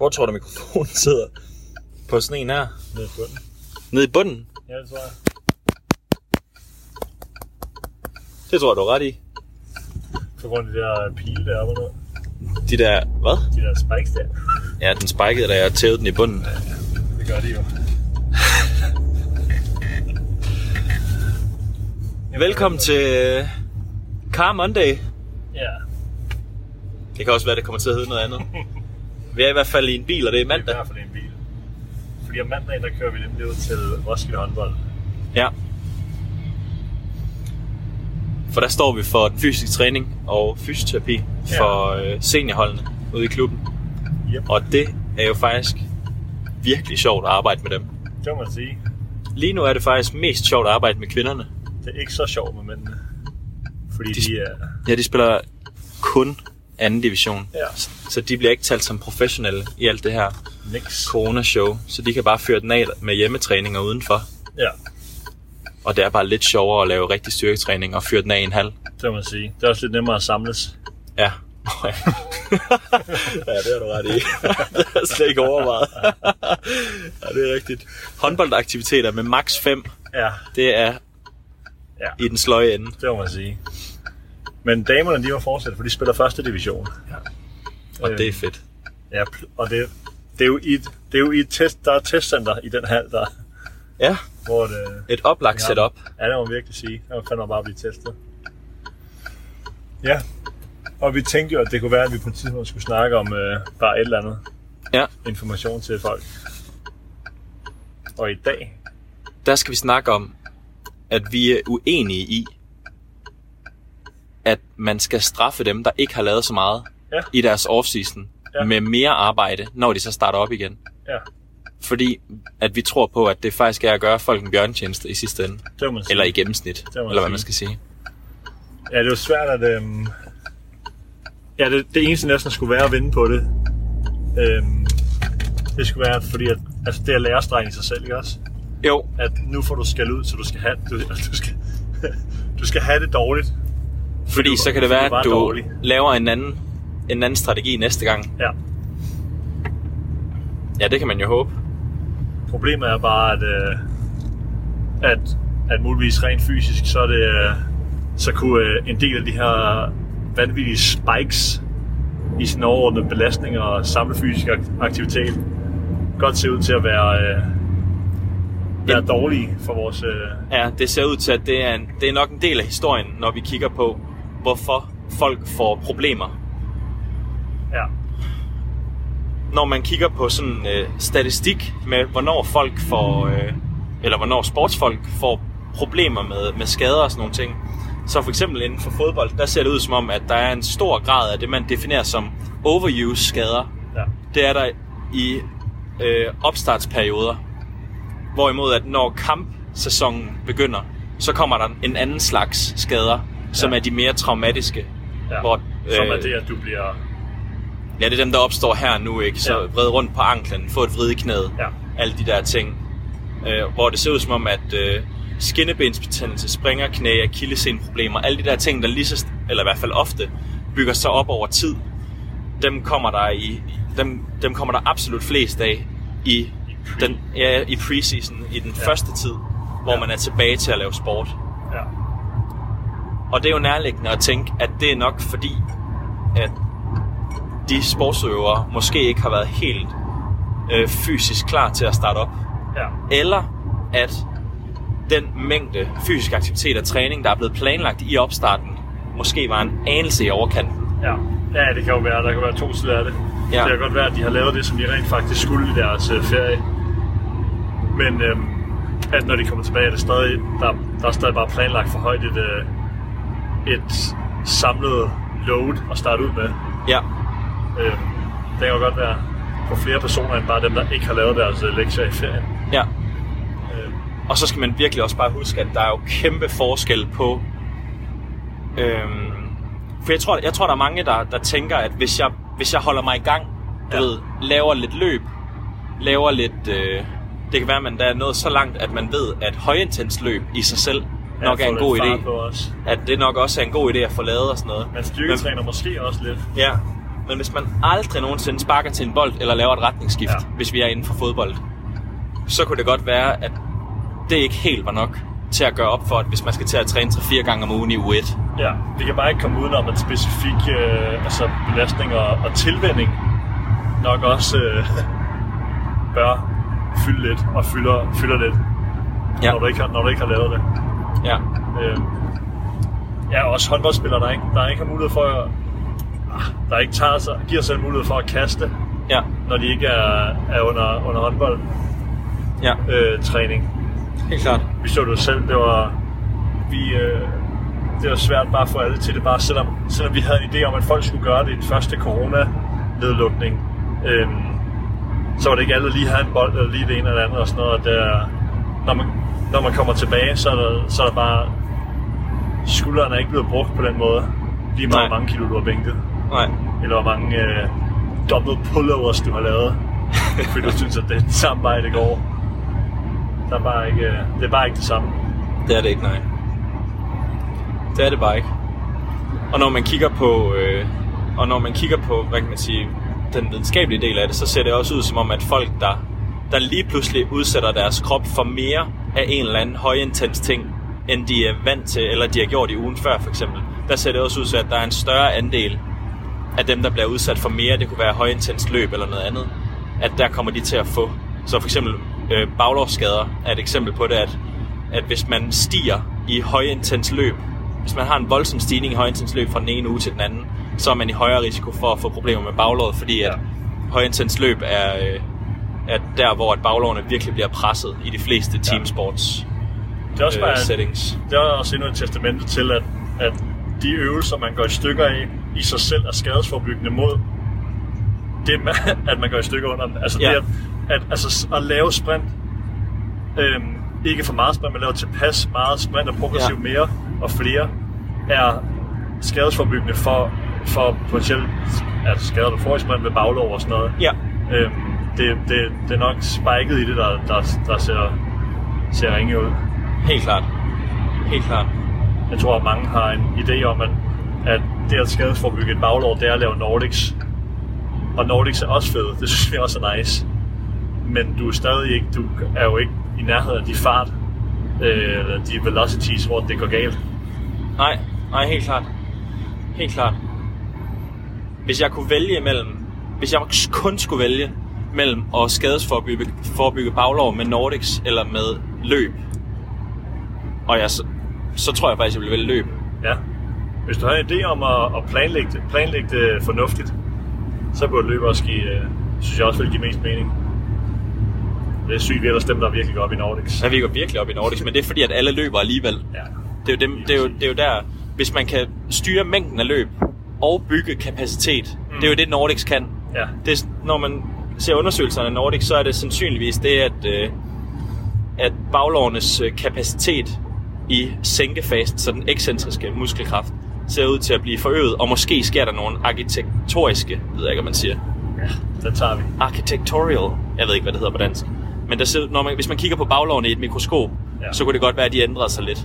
Hvor tror du mikrofonen sidder? På sådan en her? Nede i bunden. Nede i bunden? Ja, det tror jeg. Det tror jeg, du er ret i. På grund af de der pile deroppe og noget. De der, hvad? De der spikes der. Ja, den spikede, da jeg tævede den i bunden. Det gør de jo. Velkommen til Car Monday. Ja. Det kan også være, det kommer til at hedde noget andet. Vi er i hvert fald i en bil, og det er mandag. Det er i hvert fald en bil. Fordi om mandagen, der kører vi nemlig ud til Roskilde håndbold. Ja. For der står vi for den fysiske træning og fysioterapi for seniorholdene ude i klubben. Yep. Og det er jo faktisk virkelig sjovt at arbejde med dem. Det må man sige. Lige nu er det faktisk mest sjovt at arbejde med kvinderne. Det er ikke så sjovt med mændene. Fordi de er... Ja, de spiller kun anden division. Ja. Så de bliver ikke talt som professionelle i alt det her Nix. corona-show. Så de kan bare føre den af med hjemmetræninger udenfor. Ja. Og det er bare lidt sjovere at lave rigtig styrketræning og fyre den af i en halv. Det må man sige. Det er også lidt nemmere at samles. Ja. Ja, det har du ret i. Det har jeg slet ikke overvejet. Ja, det er rigtigt. Håndboldaktiviteter med max 5, Ja. det er i den sløje ende. Det må man sige. Men damerne, de var fortsat, for de spiller første division. Ja. Og det er fedt. Ja, og det er jo i et test, der er et testcenter i den hal, der. Ja. Hvor det, et oplagt setup. Ja, det må man virkelig sige. Der må fandme bare blive testet. Ja. Og vi tænkte jo, at det kunne være, at vi på et tidspunkt skulle snakke om bare et eller andet information til folk. Og i dag, der skal vi snakke om, at vi er uenige i, at man skal straffe dem, der ikke har lavet så meget i deres offseason med mere arbejde, når de så starter op igen. Ja. Fordi at vi tror på, at det faktisk er at gøre folk en bjørnetjeneste i sidste ende. Det må man sige. Eller i gennemsnit, eller hvad man skal sige. Ja, det er jo svært at... Ja, det eneste næsten skulle være at vinde på det. Det skulle være, fordi at, altså det er lærestregen i sig selv, ikke også? Jo. At nu får du skal ud, så du skal have du skal have det dårligt. Fordi så kan det være, at du laver en anden strategi næste gang. Ja. Ja, det kan man jo håbe. Problemet er bare, at muligvis rent fysisk, så er det, så kunne en del af de her vanvittige spikes i sin overordnede belastning og samlet fysisk aktivitet godt se ud til at være dårlige for vores... Ja, det ser ud til, at det er nok en del af historien, når vi kigger på, hvorfor folk får problemer. Ja. Når man kigger på sådan statistik med, hvornår folk får, eller hvornår sportsfolk får problemer med skader og sådan nogle ting, så for eksempel inden for fodbold, der ser det ud som om, at der er en stor grad af det, man definerer som overuse-skader. Ja. Det er der i opstartsperioder. Hvorimod, at når kampsæsonen begynder, så kommer der en anden slags skader, som er de mere traumatiske. Ja. Hvor, som er det, at du bliver... Ja, det er dem, der opstår her nu, ikke? Så vred rundt på anklen, få et vrid i knæet, alle de der ting. Hvor det ser ud som om, at skinnebensbetændelse, springer, knæ, akillessenproblemer, alle de der ting, der lige så, eller i hvert fald ofte, bygger sig op over tid, dem kommer der absolut flest af i preseason, i den første tid, hvor man er tilbage til at lave sport. Ja. Og det er jo nærliggende at tænke, at det er nok fordi, at de sportsøvere måske ikke har været helt fysisk klar til at starte op. Ja. Eller at den mængde fysisk aktivitet og træning, der er blevet planlagt i opstarten, måske var en anelse i overkanten. Ja, ja, det kan jo være. Der kan være to sider af det. Ja. Det kan godt være, at de har lavet det, som de rent faktisk skulle i deres ferie. Men at når de kommer tilbage, er det stadig, der er stadig bare planlagt for højt et samlet load at starte ud med. Ja. Det kan jo godt være på flere personer end bare dem, der ikke har lavet deres lektier i ferien. Ja. Og så skal man virkelig også bare huske, at der er jo kæmpe forskel på... For jeg tror, der er mange, der tænker, at hvis jeg holder mig i gang, laver lidt løb, laver lidt... det kan være, at man der er nået så langt, at man ved, at højintens løb i sig selv nok er en god idé. At det nok også er en god idé at få lavet og sådan noget. Man styrketræner måske også lidt. Ja, Men hvis man aldrig nogensinde sparker til en bold eller laver et retningsskift, hvis vi er inden for fodbold, så kunne det godt være, at det ikke helt var nok til at gøre op for, at hvis man skal til at træne 3-4 gange om ugen i uge 1. Ja, vi kan bare ikke komme udenom, at specifik belastning og tilvænning nok også bør fylde lidt og fylder lidt, når du ikke har lavet det. Ja. Ja, også håndboldspillere, der ikke har mulighed for der ikke giver sig mulighed for at kaste, når de ikke er under håndbold. Ja. Træning. Helt klart. Vi så det selv, det var svært bare for alle til det, bare selvom vi havde en idé om, at folk skulle gøre det i den første corona-nedlukning. Så var det ikke alle, der lige havde en bold, eller lige det ene eller andet og sådan noget. Når man kommer tilbage, så er der bare... Skuldrene er ikke blevet brugt på den måde. Lige meget mange kilo, du har bænket. Nej. Eller hvor mange double pullovers, du har lavet. Fordi du synes, at det er den samme vej, det går. Det er bare ikke det samme. Det er det ikke, nej. Det er det bare ikke. Og når man kigger på, hvad kan man sige, den videnskabelige del af det, så ser det også ud som om, at folk, der lige pludselig udsætter deres krop for mere af en eller anden højintens ting, end de er vant til, eller de har gjort i ugen før, for eksempel. Der ser det også ud til, at der er en større andel af dem, der bliver udsat for mere, det kunne være højintens løb eller noget andet, at der kommer de til at få. Så for eksempel baglårsskader er et eksempel på det, at hvis man stiger i højintens løb, hvis man har en voldsom stigning i højintens løb fra den ene uge til den anden, så er man i højere risiko for at få problemer med baglåret, fordi at højintens løb er der, hvor baglårene virkelig bliver presset i de fleste teamsports settings. Det er også endnu et testament til, at de øvelser, man går i stykker af, i sig selv er skadesforebyggende mod det, at man går i stykker under den. Altså det at lave sprint, ikke for meget sprint, men lave tilpas meget sprint og progressivt mere og flere, er skadesforebyggende for potentielt skader, du får i sprint med baglår og sådan noget. Ja. Det er nok spiket i det, der ser ringe ud. Helt klart. Helt klart. Jeg tror, at mange har en idé om, at det at skadesforebygge et baglår, det er at lave Nordics. Og Nordics er også fede. Det synes vi også er nice. Men du er jo ikke i nærheden af de fart, eller de velocities, hvor det går galt. Nej, helt klart. Helt klart. Hvis jeg kun skulle vælge mellem at skadesforebygge baglår med Nordics eller med løb, og så tror jeg faktisk, jeg vil vælge løb. Ja. Hvis du har en idé om at planlægge det fornuftigt, så burde løb også synes jeg også vil give mest mening. Det er sygt, vi ellers dem, der virkelig går op i Nordics. Ja, vi går virkelig op i Nordics, men det er fordi, at alle løber alligevel. Ja. Det er jo der, hvis man kan styre mængden af løb og bygge kapacitet, det er jo det, Nordics kan. Ja. Det, når man ser undersøgelserne af Nordics, så er det sandsynligvis det, at baglårenes kapacitet i sænkefasen, så den ekscentriske muskelkraft, ser ud til at blive forøget, og måske sker der nogle arkitektoriske, ved jeg ikke, hvad man siger. Ja, det tager vi. Architectorial, jeg ved ikke, hvad det hedder på dansk. Men der ser, hvis man kigger på baglårene i et mikroskop, så kunne det godt være, at de ændrede sig lidt.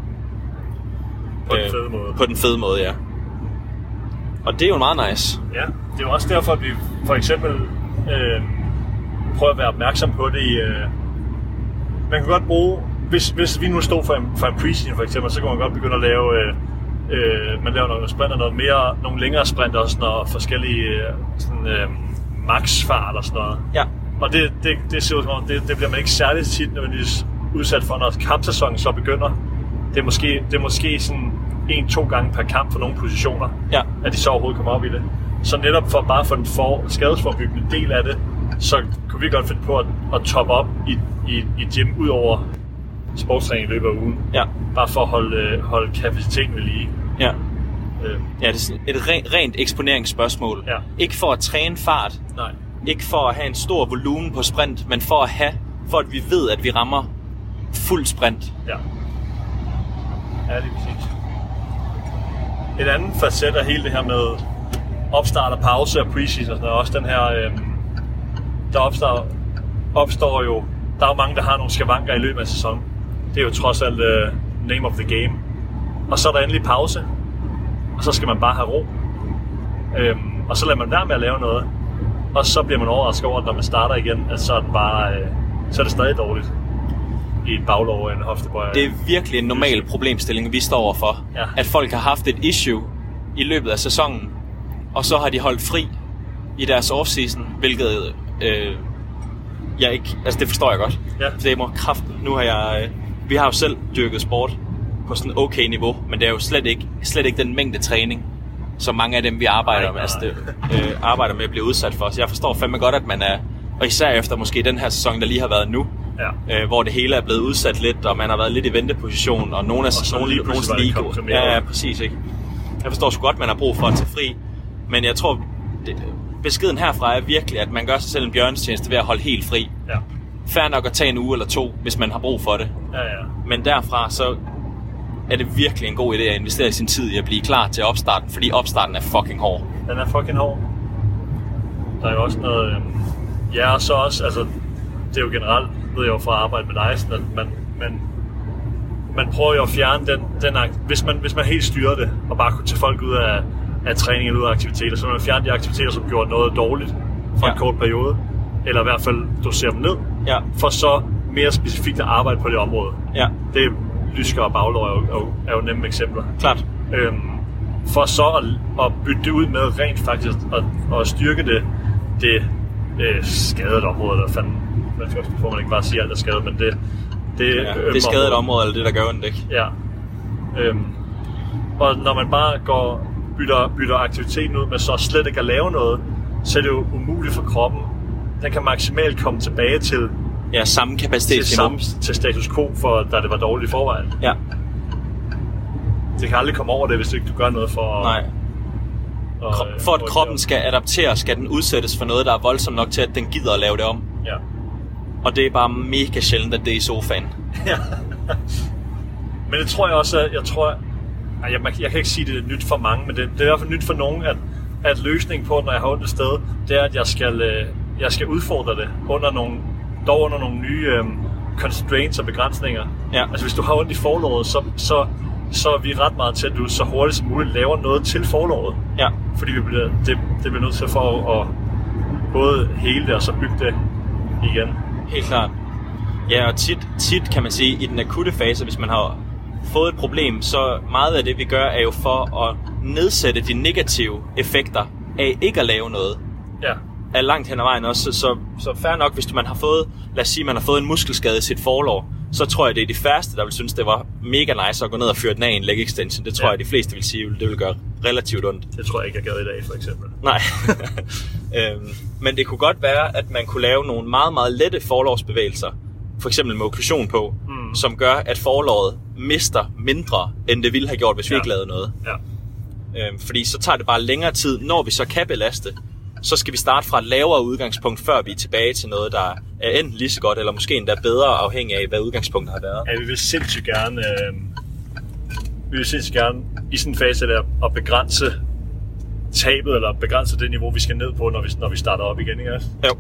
På den fede måde. På den fede måde, ja. Og det er jo meget nice. Ja, det er jo også derfor, at vi for eksempel prøver at være opmærksom på det i... man kan godt bruge... Hvis vi nu stod for en preseason for eksempel, så kan man godt begynde at lave... man laver nogle sprinter, nogle længere sprinter og sådan noget, forskellige max-fart og sådan noget. Ja. Og det ser ud som om, det bliver man ikke særligt tit nødvendigvis udsat for, når kampsæsonen så begynder. Det er måske sådan 1-2 gange per kamp for nogle positioner, at de så overhovedet kommer op i det. Så netop for den skadesforebyggende del af det, så kunne vi godt finde på at toppe op i gym ud over sportstræning i løbet af ugen. Ja. Bare for at holde kapaciteten ved lige. Ja. Ja, det er et rent eksponeringsspørgsmål. Ja. Ikke for at træne fart. Nej. Ikke for at have en stor volumen på sprint, men for at vi ved, at vi rammer fuld sprint. Ja. Ja, lige præcis. Et andet facet af hele det her med opstart og pause og preseason og sådan noget, også den her, der opstår jo, der er jo mange, der har nogle skavanker i løbet af sæsonen. Det er jo trods alt name of the game. Og så er der endelig pause, og så skal man bare have ro. Og så lader man være med at lave noget, og så bliver man overrasket over, at når man starter igen, at så er det bare, så er det stadig dårligt i et baglov og en hoftebøj. Det er virkelig en normal problemstilling, vi står overfor. Ja. At folk har haft et issue i løbet af sæsonen, og så har de holdt fri i deres offseason, hvilket jeg ikke, altså det forstår jeg godt. Ja. Det må kraften. Nu har jeg, vi har jo selv dyrket sport på sådan et okay niveau, men det er jo slet ikke den mængde træning, som mange af dem vi arbejder med, altså arbejder med at blive udsat for. Så jeg forstår fandme godt, at man er, og især efter måske den her sæson, der lige har været nu, hvor det hele er blevet udsat lidt, og man har været lidt i venteposition, og nogle lige går. Ja, præcis, ikke. Jeg forstår sgu godt, man har brug for at tage fri, men jeg tror, beskeden herfra er virkelig, at man gør sig selv en bjørnetjeneste ved at holde helt fri. Ja. Fair nok at tage en uge eller 2, hvis man har brug for det. Ja. Men derfra, så er det virkelig en god idé at investere sin tid i at blive klar til opstarten, fordi opstarten er fucking hård. Den er fucking hård. Der er jo også noget... Ja, og så også, altså, det er jo generelt, ved jeg jo fra at arbejde med dig, sådan at man prøver jo at fjerne hvis man helt styrer det, og bare kunne tage folk ud af træning eller ud af aktiviteter, så man fjerne de aktiviteter, som gjorde noget dårligt for en kort periode, eller i hvert fald dosere dem ned, for så mere specifikt at arbejde på det område. Ja. Det er lysker og baglov er jo nemme eksempler. Klart. For så at bytte det ud med rent faktisk at styrke det skadede område, eller fanden, får man ikke bare sige alt er skadet, men det det skadede område, eller det der gør ondt, ikke? Ja. Og når man bare bytter aktiviteten ud med så slet ikke at lave noget, så er det jo umuligt for kroppen. Den kan maksimalt komme tilbage til samme kapacitet til status quo, for da det var dårligt i forvejen. Ja. Det kan aldrig komme over det, hvis ikke du gør noget for... Nej. For at kroppen skal adaptere, skal den udsættes for noget, der er voldsomt nok til, at den gider at lave det om. Ja. Og det er bare mega sjældent, at det er i sofaen. Ja. Men det tror jeg også, jeg kan ikke sige, at det er nyt for mange, men det er i hvert fald nyt for nogen, at løsningen på, når jeg har ondt et sted, det er, at jeg skal udfordre det under nogle nye constraints og begrænsninger. Ja. Altså hvis du har ondt i forlovet, så er vi ret meget til, at du så hurtigt som muligt laver noget til forlovet. Ja. Fordi det bliver nødt til for at både hele det og så bygge det igen. Helt klart. Ja, og tit kan man sige, i den akutte fase, hvis man har fået et problem, så meget af det vi gør er jo for at nedsætte de negative effekter af ikke at lave noget. Ja. Er langt hen ad vejen også, så fair nok, hvis man har fået, lad os sige, man har fået en muskelskade i sit forlov, så tror jeg, det er de færreste, der vil synes, det var mega nice at gå ned og fyre den af en leg extension. Det tror jeg, de fleste vil sige, det vil gøre relativt ondt. Det tror jeg ikke, jeg gad i dag, for eksempel. Nej. Men det kunne godt være, at man kunne lave nogle meget, meget lette forlovsbevægelser, for eksempel med okklusion på, som gør, at forlovet mister mindre, end det ville have gjort, hvis vi ikke lavede noget. Ja. Fordi så tager det bare længere tid, når vi så kan belaste, så skal vi starte fra et lavere udgangspunkt, før vi er tilbage til noget, der er enten lige så godt, eller måske endda bedre, afhængig af, hvad udgangspunktet har været. Ja, vi vil sindssygt gerne i sådan en fase der at begrænse tabet, eller begrænse det niveau, vi skal ned på, når vi starter op igen, ikke? Jo.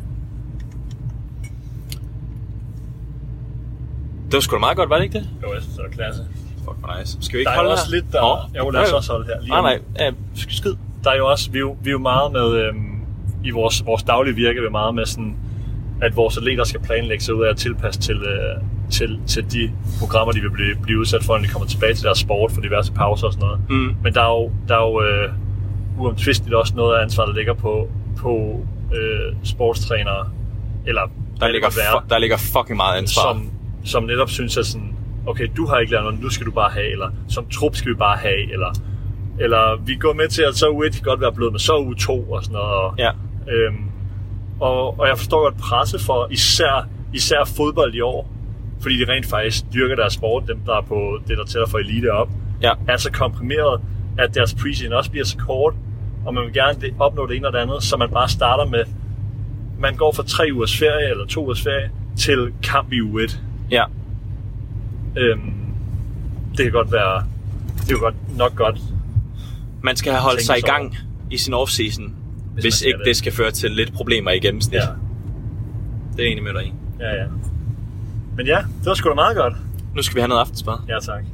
Det var sgu da meget godt, var det ikke det? Jo, jeg synes, det var klasse. Fuck, hvor nice. Skal vi ikke holde her? Der er også lidt, der... Jo, lad os også holde her. Nej, skid. Der er jo også, vi er jo meget med, i vores daglige virke, vi er meget med sådan, at vores atleter skal planlægge sig ud af at tilpasse til de programmer, de vil blive udsat for, når de kommer tilbage til deres sport for diverse pauser og sådan noget. Mm. Men der er jo uomtvisteligt også noget af ansvar, der ligger på sportstrænere, eller der ligger fucking meget ansvar. Som netop synes, at sådan, okay, du har ikke lavet noget, nu skal du bare have, eller som trup skal vi bare have, eller vi går med til, at så uge 1 kan godt være blevet med så uge 2 og sådan noget. Og, ja. Og jeg forstår godt presse for især fodbold i år, fordi de rent faktisk dyrker deres sport, dem der er på det, der tæller for elite op, er så komprimeret, at deres preseason også bliver så kort, og man vil gerne opnå det ene og det andet, så man bare starter med, man går fra 3 ugers ferie eller 2 ugers ferie til kamp i uge 1. Ja. Det kan godt være, det er jo nok godt. Man skal have holdt sig i gang i sin off-season, hvis ikke det skal føre til lidt problemer i gennemsnit. Ja. Det er enig med dig i. Ja. Men ja, det var sgu da meget godt. Nu skal vi have noget aftensmad. Ja, tak.